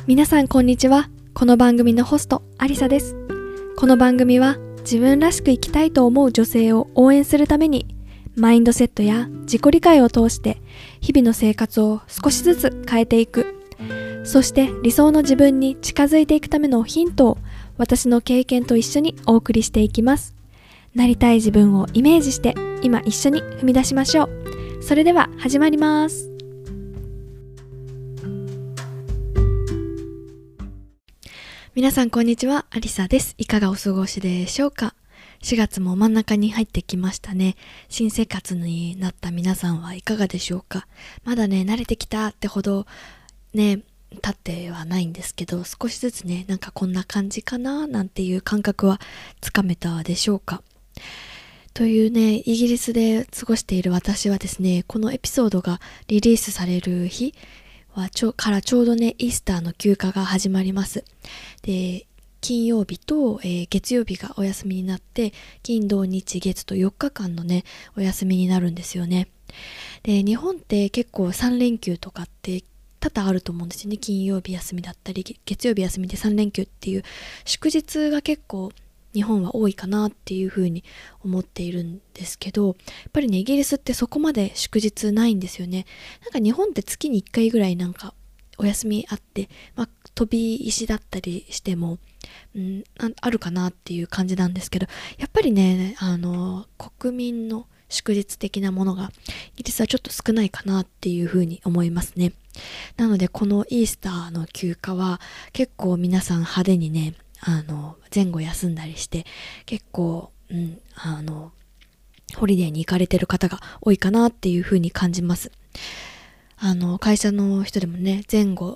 皆さんこんにちは。この番組のホストアリサです。この番組は自分らしく生きたいと思う女性を応援するために、マインドセットや自己理解を通して日々の生活を少しずつ変えていく、そして理想の自分に近づいていくためのヒントを私の経験と一緒にお送りしていきます。なりたい自分をイメージして今一緒に踏み出しましょう。それでは始まります。皆さんこんにちは、アリサです。いかがお過ごしでしょうか。4月も真ん中に入ってきましたね。新生活になった皆さんはいかがでしょうか。まだね、慣れてきたってほどね、経ってはないんですけど、少しずつね、なんかこんな感じかななんていう感覚はつかめたでしょうか。というね、イギリスで過ごしている私はですね、このエピソードがリリースされる日からちょうどね、イースターの休暇が始まります。で、金曜日と、月曜日がお休みになって、金土日月と4日間のね、お休みになるんですよね。で、日本って結構3連休とかって多々あると思うんですよね。金曜日休みだったり、月曜日休みで3連休っていう祝日が結構日本は多いかなっていうふうに思っているんですけど、やっぱりね、イギリスってそこまで祝日ないんですよね。なんか日本って月に1回ぐらいなんかお休みあって、飛び石だったりしても、あるかなっていう感じなんですけど、やっぱりね、国民の祝日的なものがイギリスはちょっと少ないかなっていうふうに思いますね。なのでこのイースターの休暇は結構皆さん派手にね、前後休んだりして結構、ホリデーに行かれてる方が多いかなっていう風に感じます。会社の人でもね、前後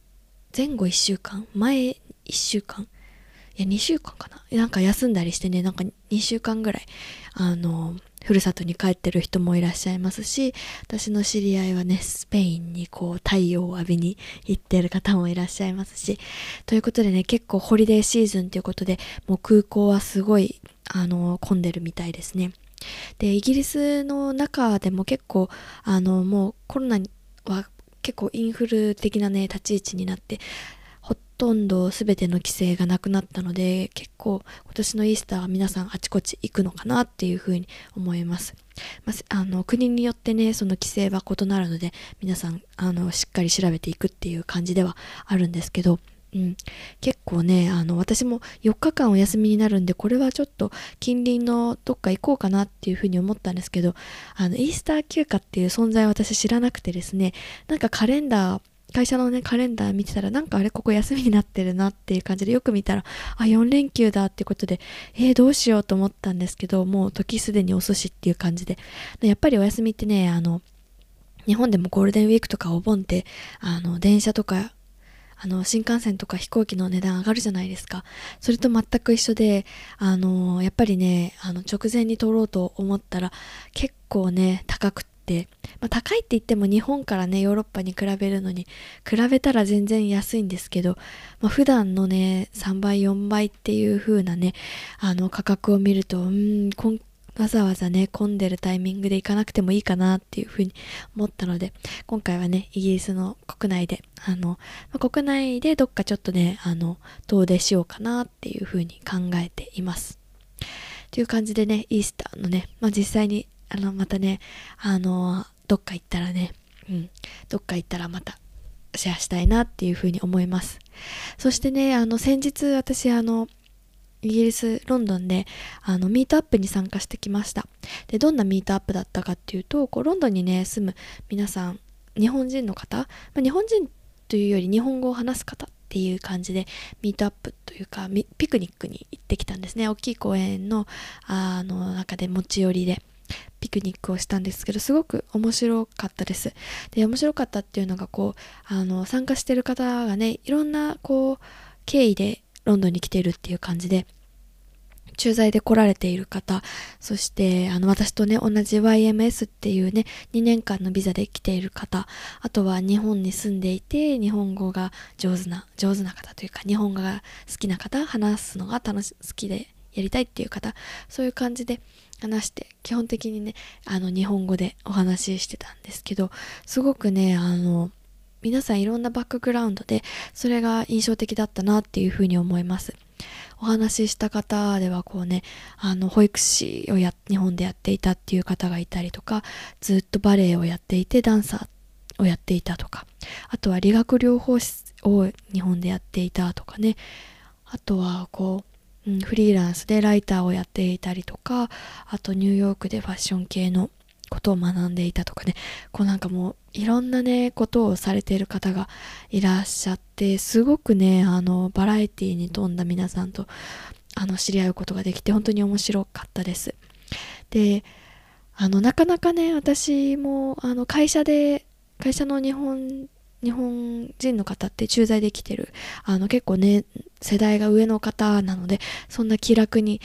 1週間、前1週間、いや2週間かな、なんか休んだりしてね、なんか2週間ぐらいふるさとに帰ってる人もいらっしゃいますし、私の知り合いはね、スペインにこう太陽を浴びに行ってる方もいらっしゃいますし、ということでね、結構ホリデーシーズンということで、もう空港はすごい混んでるみたいですね。で、イギリスの中でも結構もうコロナは結構インフル的なね、立ち位置になって、ほとんど全ての規制がなくなったので、結構今年のイースターは皆さんあちこち行くのかなっていうふうに思います。国によってね、その規制は異なるので、皆さんしっかり調べていくっていう感じではあるんですけど、結構ね、私も4日間お休みになるんで、これはちょっと近隣のどっか行こうかなっていうふうに思ったんですけど、イースター休暇っていう存在を私知らなくてですね、なんか会社のね、カレンダー見てたら、なんかあれここ休みになってるなっていう感じで、よく見たら、4連休だってことで、どうしようと思ったんですけど、もう時すでに遅しっていう感じで、やっぱりお休みってね、日本でもゴールデンウィークとかお盆って、電車とか、新幹線とか飛行機の値段上がるじゃないですか。それと全く一緒で、やっぱりね、直前に取ろうと思ったら、結構ね、高くって、高いって言っても日本からね、ヨーロッパに比べるのに、比べたら全然安いんですけど、普段のね、3倍、4倍っていう風なね、価格を見ると、わざわざね、混んでるタイミングで行かなくてもいいかなっていうふうに思ったので、今回はね、イギリスの国内で、国内でどっかちょっとね、遠出しようかなっていうふうに考えています。という感じでね、イースターのね、実際に、またね、どっか行ったらね、どっか行ったらまたシェアしたいなっていうふうに思います。そしてね、先日私イギリス、ロンドンでミートアップに参加してきました。で、どんなミートアップだったかっていうと、ロンドンにね、住む皆さん、日本人の方、日本人というより日本語を話す方っていう感じで、ミートアップというか、ピクニックに行ってきたんですね。大きい公園の、中で持ち寄りで、ピクニックをしたんですけど、すごく面白かったです。で、面白かったっていうのが、参加してる方がね、いろんな、経緯で、ロンドンに来ているっていう感じで、駐在で来られている方、そして私とね、同じ YMS っていうね、2年間のビザで来ている方、あとは日本に住んでいて日本語が上手な方というか、日本語が好きな方、話すのが好きでやりたいっていう方、そういう感じで話して、基本的にね、日本語でお話ししてたんですけど、すごくね、 皆さんいろんなバックグラウンドでそれが印象的だったなっていうふうに思います。お話しした方ではこうね、保育士を日本でやっていたっていう方がいたりとか、ずっとバレエをやっていてダンサーをやっていたとか、あとは理学療法士を日本でやっていたとかね、あとはこう、フリーランスでライターをやっていたりとか、あとニューヨークでファッション系のことを学んでいたとかね、こうなんかもういろんなねことをされている方がいらっしゃって、すごくねバラエティに富んだ皆さんと知り合うことができて本当に面白かったです。で、なかなかね、私も会社の日本人の方って駐在で来てる結構ね世代が上の方なので、そんな気楽に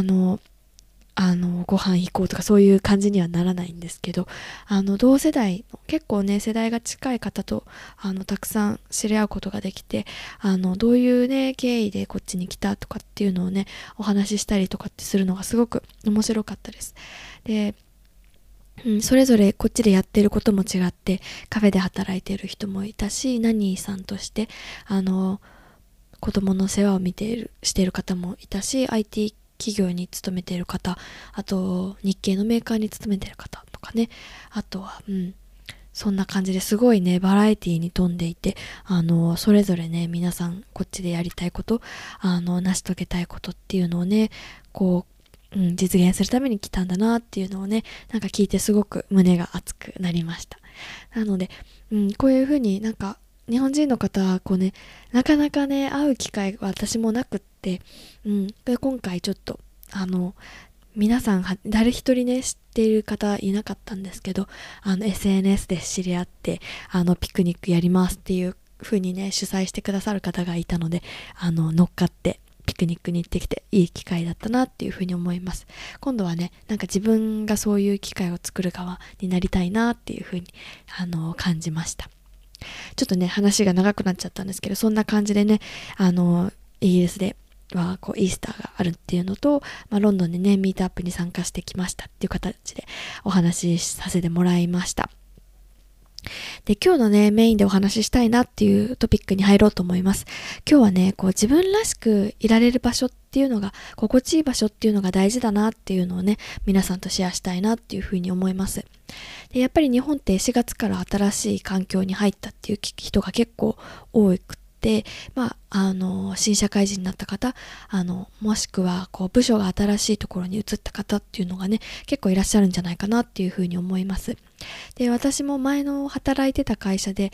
ご飯行こうとかそういう感じにはならないんですけど、同世代の結構ね世代が近い方とたくさん知り合うことができて、どういうね経緯でこっちに来たとかっていうのをねお話ししたりとかってするのがすごく面白かったです。で、それぞれこっちでやってることも違って、カフェで働いてる人もいたし、ナニーさんとして子供の世話をしている方もいたし、 IT 企業に勤めている方、あと日系のメーカーに勤めている方とかね、あとはそんな感じですごいねバラエティに富んでいて、それぞれね皆さんこっちでやりたいこと、成し遂げたいことっていうのをねこう、実現するために来たんだなっていうのをねなんか聞いてすごく胸が熱くなりました。なので、こういう風になんか日本人の方はこうねなかなかね会う機会が私もなくって、で今回ちょっと皆さん誰一人ね知っている方いなかったんですけど、SNS で知り合ってピクニックやりますっていう風にね主催してくださる方がいたので、乗っかってピクニックに行ってきていい機会だったなっていう風に思います。今度はねなんか自分がそういう機会を作る側になりたいなっていう風に感じました。ちょっとね話が長くなっちゃったんですけど、そんな感じでねイギリスではこうイースターがあるっていうのと、ロンドンでねミートアップに参加してきましたっていう形でお話しさせてもらいました。で、今日のねメインでお話ししたいなっていうトピックに入ろうと思います。今日はねこう自分らしくいられる場所っていうのが、心地いい場所っていうのが大事だなっていうのをね皆さんとシェアしたいなっていうふうに思います。で、やっぱり日本って4月から新しい環境に入ったっていう人が結構多くて、新社会人になった方、もしくはこう部署が新しいところに移った方っていうのがね結構いらっしゃるんじゃないかなっていうふうに思います。で、私も前の働いてた会社で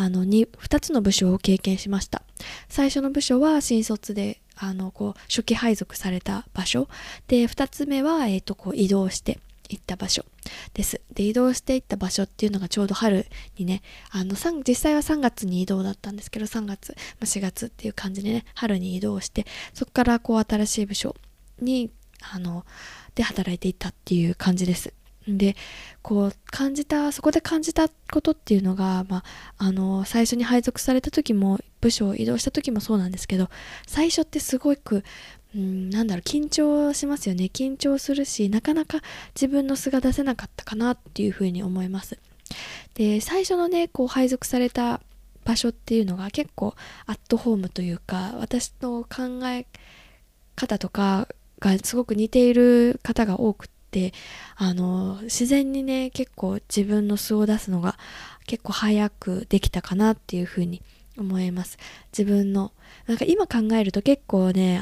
2つの部署を経験しました。最初の部署は新卒でこう初期配属された場所で、2つ目はこう移動して行った場所です。で、移動していった場所っていうのがちょうど春にね、実際は3月に移動だったんですけど、3月、4月っていう感じでね、春に移動して、そこからこう新しい部署に、で働いていったっていう感じです。で、こうそこで感じたことっていうのが、最初に配属された時も、部署を移動した時もそうなんですけど、最初ってすごく緊張しますよね。緊張するし、なかなか自分の素が出せなかったかなっていうふうに思います。で、最初のねこう配属された場所っていうのが結構アットホームというか、私の考え方とかがすごく似ている方が多くて、自然にね結構自分の素を出すのが結構早くできたかなっていうふうに思います。自分のなんか今考えると結構ね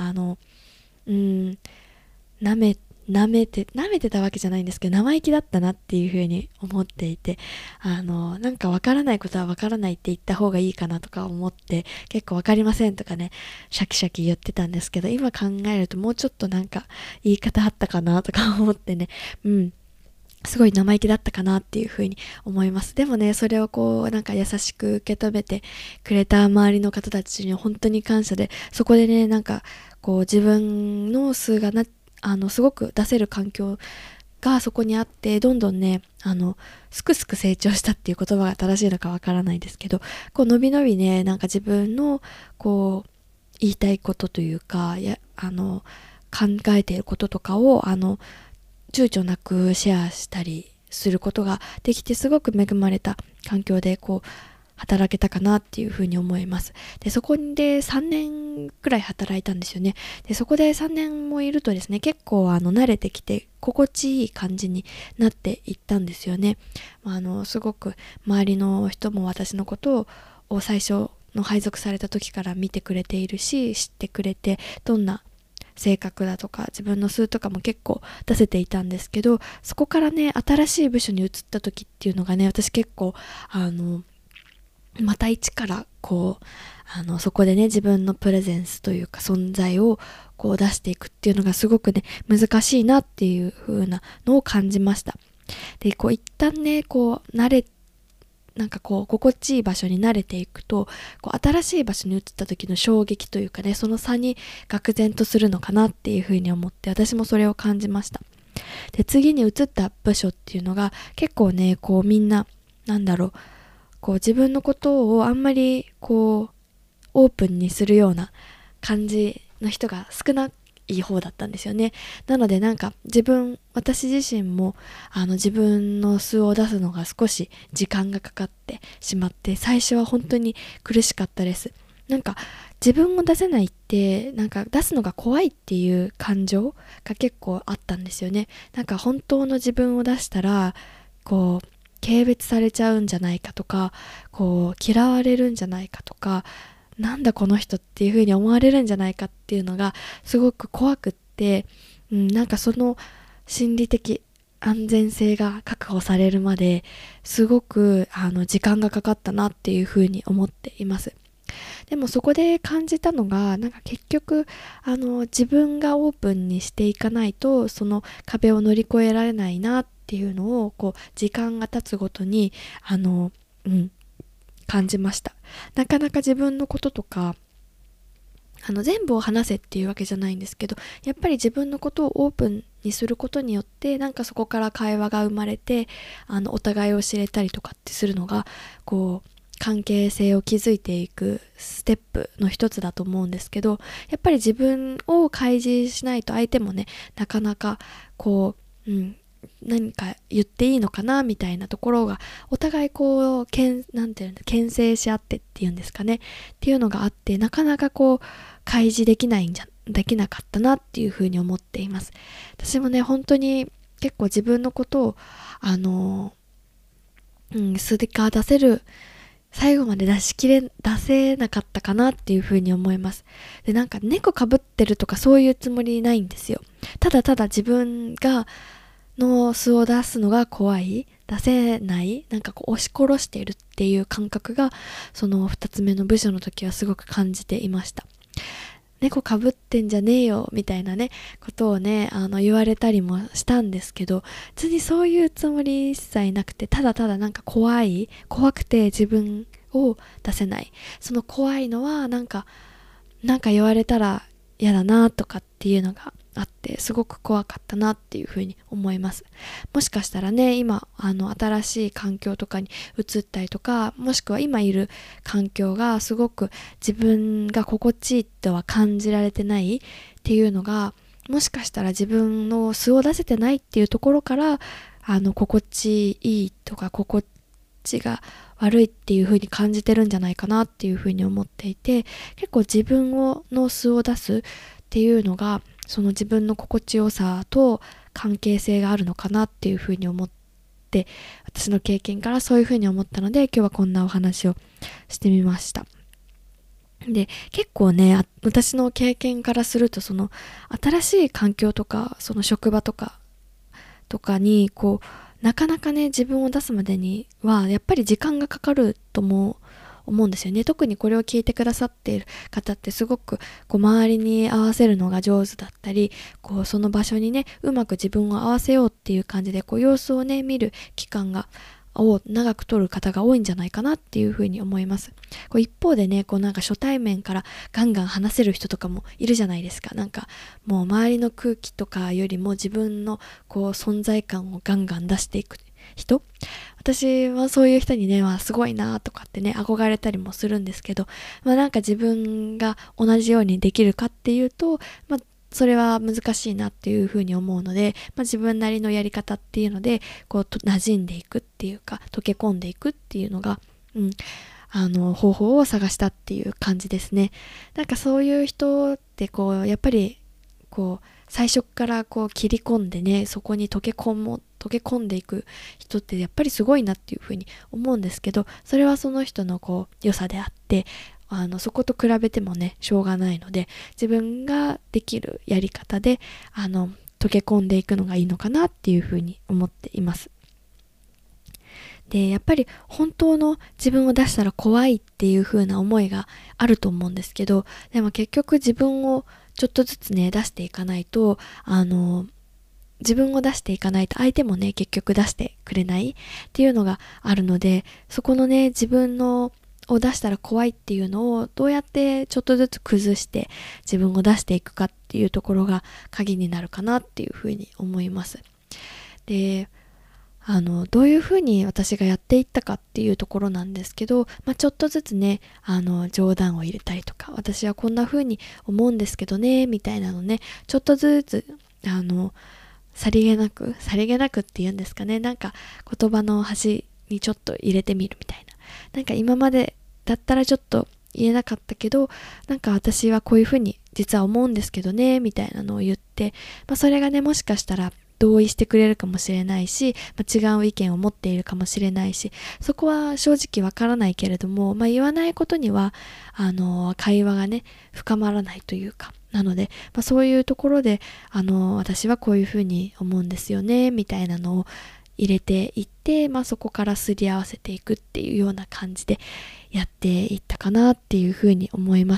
舐めてたわけじゃないんですけど、生意気だったなっていうふうに思っていて、なんかわからないことはわからないって言った方がいいかなとか思って、結構わかりませんとかね、シャキシャキ言ってたんですけど、今考えるともうちょっとなんか言い方あったかなとか思ってね、すごい生意気だったかなっていうふうに思います。でもね、それをこうなんか優しく受け止めてくれた周りの方たちに本当に感謝で、そこでねなんかこう自分の素がすごく出せる環境がそこにあって、どんどんねすくすく成長したっていう言葉が正しいのかわからないですけど、こうのびのびねなんか自分のこう言いたいことというか考えていることとかを躊躇なくシェアしたりすることができて、すごく恵まれた環境でこう働けたかなっていうふうに思います。で、そこで3年くらい働いたんですよね。で、そこで3年もいるとですね、結構慣れてきて心地いい感じになっていったんですよね。すごく周りの人も私のことを最初の配属された時から見てくれているし、知ってくれて、どんな性格だとか自分の数とかも結構出せていたんですけど、そこからね、新しい部署に移った時っていうのがね、私結構また一からそこでね、自分のプレゼンスというか存在を出していくっていうのがすごくね、難しいなっていう風なのを感じました。で、一旦ね、心地いい場所に慣れていくと、新しい場所に移った時の衝撃というかね、その差に愕然とするのかなっていう風に思って、私もそれを感じました。で、次に移った部署っていうのが結構ね、みんな、自分のことをあんまりオープンにするような感じの人が少ない方だったんですよね。なので私自身も自分の素を出すのが少し時間がかかってしまって、最初は本当に苦しかったです。自分を出せないって、出すのが怖いっていう感情が結構あったんですよね。本当の自分を出したら軽蔑されちゃうんじゃないかとか、嫌われるんじゃないかとか、なんだこの人っていう風に思われるんじゃないかっていうのがすごく怖くって、その心理的安全性が確保されるまですごく時間がかかったなっていう風に思っています。でもそこで感じたのが、結局自分がオープンにしていかないとその壁を乗り越えられないなっていうのを時間が経つごとに感じました。なかなか自分のこととか全部を話せっていうわけじゃないんですけど、やっぱり自分のことをオープンにすることによってそこから会話が生まれてお互いを知れたりとかってするのが関係性を築いていくステップの一つだと思うんですけど、やっぱり自分を開示しないと相手もね、なかなか何か言っていいのかなみたいなところがお互い牽制し合ってっていうんですかねっていうのがあって、なかなか開示できなかったなっていうふうに思っています。私もね、本当に結構自分のことを素が出せる最後まで出せなかったかなっていうふうに思います。で、猫かぶってるとかそういうつもりないんですよ。ただただ自分の素を出すのが怖い、出せない、押し殺しているっていう感覚がその2つ目の部署の時はすごく感じていました。猫かぶってんじゃねえよみたいなねことをね言われたりもしたんですけど、別にそういうつもり一切なくて、ただただ怖くて自分を出せない、その怖いのは言われたら嫌だなとかっていうのがあって、すごく怖かったなっていうふうに思います。もしかしたらね、今新しい環境とかに移ったりとか、もしくは今いる環境がすごく自分が心地いいとは感じられてないっていうのが、もしかしたら自分の素を出せてないっていうところから心地いいとか心地が悪いっていう風に感じてるんじゃないかなっていう風に思っていて、結構自分の素を出すっていうのがその自分の心地よさと関係性があるのかなっていう風に思って、私の経験からそういう風に思ったので、今日はこんなお話をしてみました。で、結構ね、私の経験からすると、その新しい環境とかその職場とかになかなかね、自分を出すまでにはやっぱり時間がかかると思うんですよね。特にこれを聞いてくださっている方ってすごく周りに合わせるのが上手だったり、その場所にね、うまく自分を合わせようっていう感じで様子をね見る期間を長く取る方が多いんじゃないかなっていうふうに思います。一方でね、初対面からガンガン話せる人とかもいるじゃないですか。もう周りの空気とかよりも自分の存在感をガンガン出していく人、私はそういう人にね、すごいなとかってね、憧れたりもするんですけど、自分が同じようにできるかっていうと、それは難しいなっていうふうに思うので、自分なりのやり方っていうので馴染んでいくっていうか、溶け込んでいくっていうのが、 方法を探したっていう感じですね。なんかそういう人ってやっぱり最初から切り込んでね、そこに溶け込んでいく人ってやっぱりすごいなっていうふうに思うんですけど、それはその人の良さであって、そこと比べてもねしょうがないので、自分ができるやり方で溶け込んでいくのがいいのかなっていうふうに思っています。で、やっぱり本当の自分を出したら怖いっていう風な思いがあると思うんですけど、でも結局自分をちょっとずつね出していかないと、自分を出していかないと相手もね結局出してくれないっていうのがあるので、そこのね自分のを出したら怖いっていうのをどうやってちょっとずつ崩して自分を出していくかっていうところが鍵になるかなっていうふうに思います。で、どういうふうに私がやっていったかっていうところなんですけど、ちょっとずつね冗談を入れたりとか、私はこんなふうに思うんですけどねみたいなのね、ちょっとずつさりげなくっていうんですかね、なんか言葉の端にちょっと入れてみるみたいな、なんか今までだったらちょっと言えなかったけど、なんか私はこういうふうに実は思うんですけどねみたいなのを言って、それがねもしかしたら同意してくれるかもしれないし、違う意見を持っているかもしれないし、そこは正直わからないけれども、言わないことには会話がね深まらないというか、なので、そういうところで私はこういうふうに思うんですよねみたいなのを入れていって、そこからすり合わせていくっていうような感じでやっていったかなっていうふうに思います。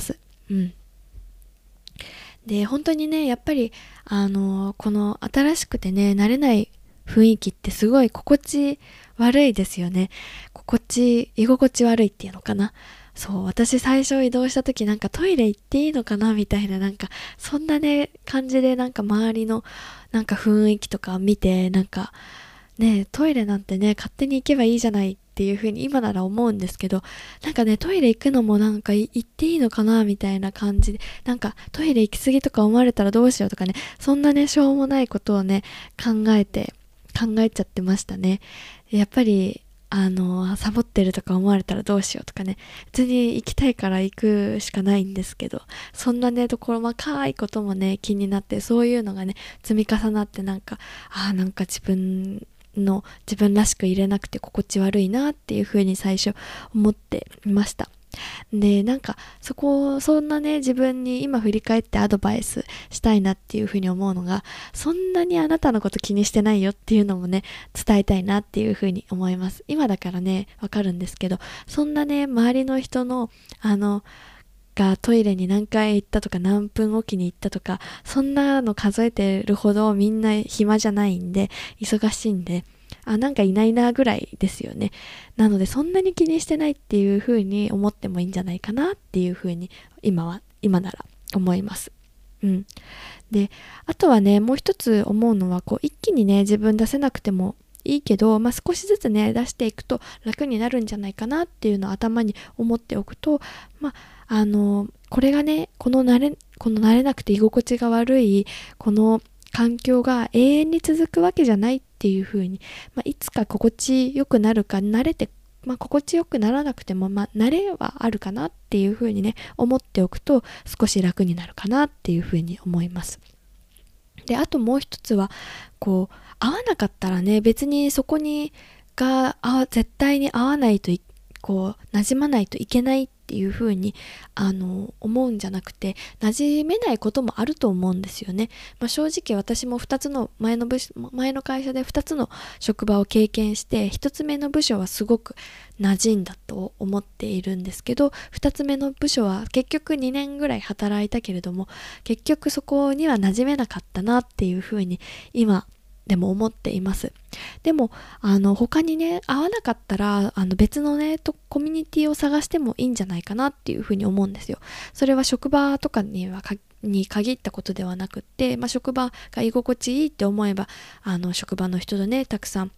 で、本当にねやっぱりこの新しくてね慣れない雰囲気ってすごい心地悪いですよね。居心地悪いっていうのかな。そう、私最初移動した時なんかトイレ行っていいのかなみたいな、なんかそんなね感じで、なんか周りのなんか雰囲気とか見て、なんかねトイレなんてね勝手に行けばいいじゃないっていう風に今なら思うんですけど、なんかねトイレ行くのもなんか行っていいのかなみたいな感じで、なんかトイレ行き過ぎとか思われたらどうしようとかね、そんなねしょうもないことをね考えちゃってましたね。やっぱりサボってるとか思われたらどうしようとかね、別に行きたいから行くしかないんですけど、そんなね細かいこともね気になって、そういうのがね積み重なって、なんか自分らしく入れなくて心地悪いなっていう風に最初思っていました。で、なんかそんなね自分に今振り返ってアドバイスしたいなっていうふうに思うのが、そんなにあなたのこと気にしてないよっていうのもね伝えたいなっていうふうに思います。今だからねわかるんですけど、そんなね周りの人のがトイレに何回行ったとか何分おきに行ったとか、そんなの数えてるほどみんな暇じゃないんで、忙しいんで、なんかいないなぐらいですよね。なのでそんなに気にしてないっていう風に思ってもいいんじゃないかなっていう風に今なら思います。で、あとはねもう一つ思うのは、一気にね自分出せなくてもいいけど、少しずつね出していくと楽になるんじゃないかなっていうのを頭に思っておくと、これがねこの慣れなくて居心地が悪いこの環境が永遠に続くわけじゃないっていう風に、いつか心地よくなるか、慣れて、心地よくならなくても、慣れはあるかなっていう風にね思っておくと少し楽になるかなっていう風に思います。で、あともう一つは合わなかったらね、別にそこに絶対に合わないと馴染まないといけないっていう風に思うんじゃなくて、馴染めないこともあると思うんですよね。正直私も2つの前の会社で2つの職場を経験して、1つ目の部署はすごく馴染んだと思っているんですけど、2つ目の部署は結局2年ぐらい働いたけれども、結局そこには馴染めなかったなっていう風に今でも思っています。でも他にね合わなかったら別のねコミュニティを探してもいいんじゃないかなっていうふうに思うんですよ。それは職場とかに限ったことではなくって、職場が居心地いいって思えば職場の人とねたくさん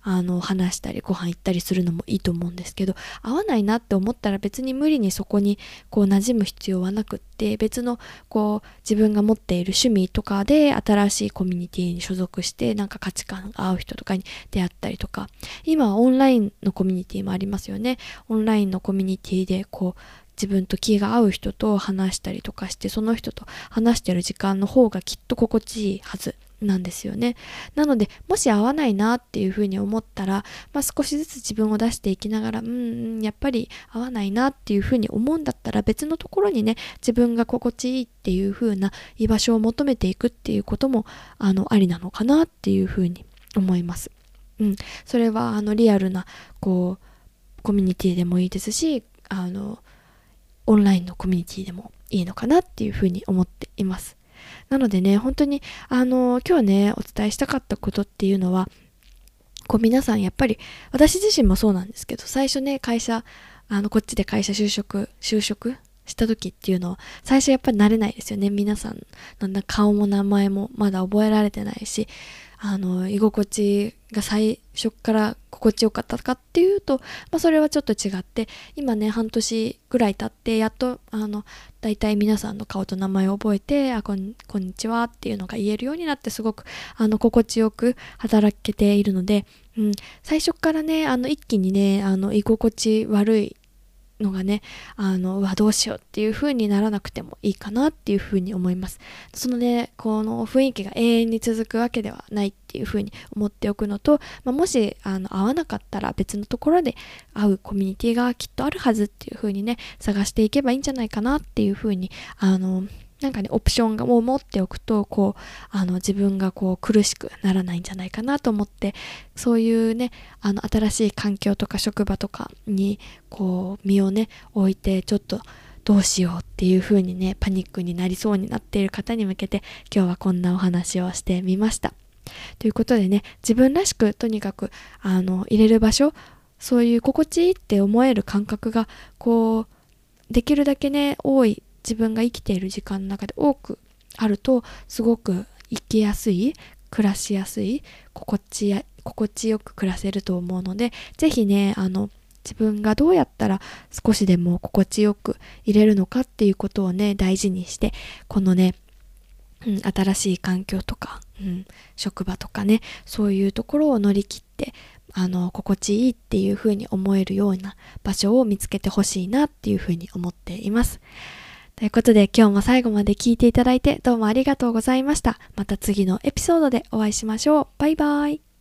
話したりご飯行ったりするのもいいと思うんですけど、合わないなって思ったら別に無理にそこにこう馴染む必要はなくって、別のこう自分が持っている趣味とかで新しいコミュニティに所属して、なんか価値観が合う人とかに出会ったりとか、今はオンラインのコミュニティもありますよね。オンラインのコミュニティでこう自分と気が合う人と話したりとかして、その人と話してる時間の方がきっと心地いいはずなんですよね。なのでもし合わないなっていうふうに思ったら、少しずつ自分を出していきながら、やっぱり合わないなっていうふうに思うんだったら、別のところにね、自分が心地いいっていうふうな居場所を求めていくっていうこともありなのかなっていうふうに思います。それはリアルなこうコミュニティでもいいですし、オンラインのコミュニティでもいいのかなっていうふうに思っています。なのでね、本当に今日ねお伝えしたかったことっていうのは、こう皆さんやっぱり、私自身もそうなんですけど、最初ね会社こっちで会社就職した時っていうのは、最初やっぱり慣れないですよね。皆さんの顔も名前もまだ覚えられてないし、居心地が最初から心地よかったかっていうと、それはちょっと違って、今ね半年ぐらい経ってやっとだいたい皆さんの顔と名前を覚えて、こんにちはっていうのが言えるようになって、すごく心地よく働けているので、最初からね一気にね居心地悪いのがね、どうしようっていう風にならなくてもいいかなっていう風に思います。そのね、この雰囲気が永遠に続くわけではないっていう風に思っておくのと、もし合わなかったら別のところで会うコミュニティがきっとあるはずっていう風にね、探していけばいいんじゃないかなっていう風になんかねオプションを持っておくと、こう自分がこう苦しくならないんじゃないかなと思って、そういうね新しい環境とか職場とかにこう身をね置いて、ちょっとどうしようっていう風にねパニックになりそうになっている方に向けて、今日はこんなお話をしてみました。ということでね、自分らしくとにかく入れる場所、そういう心地いいって思える感覚がこうできるだけね多い、自分が生きている時間の中で多くあると、すごく生きやすい、暮らしやすい、心地よく暮らせると思うので、ぜひね自分がどうやったら少しでも心地よく入れるのかっていうことをね大事にして、このね、新しい環境とか、職場とかね、そういうところを乗り切って心地いいっていう風に思えるような場所を見つけてほしいなっていう風に思っています。ということで、今日も最後まで聞いていただいてどうもありがとうございました。また次のエピソードでお会いしましょう。バイバイ。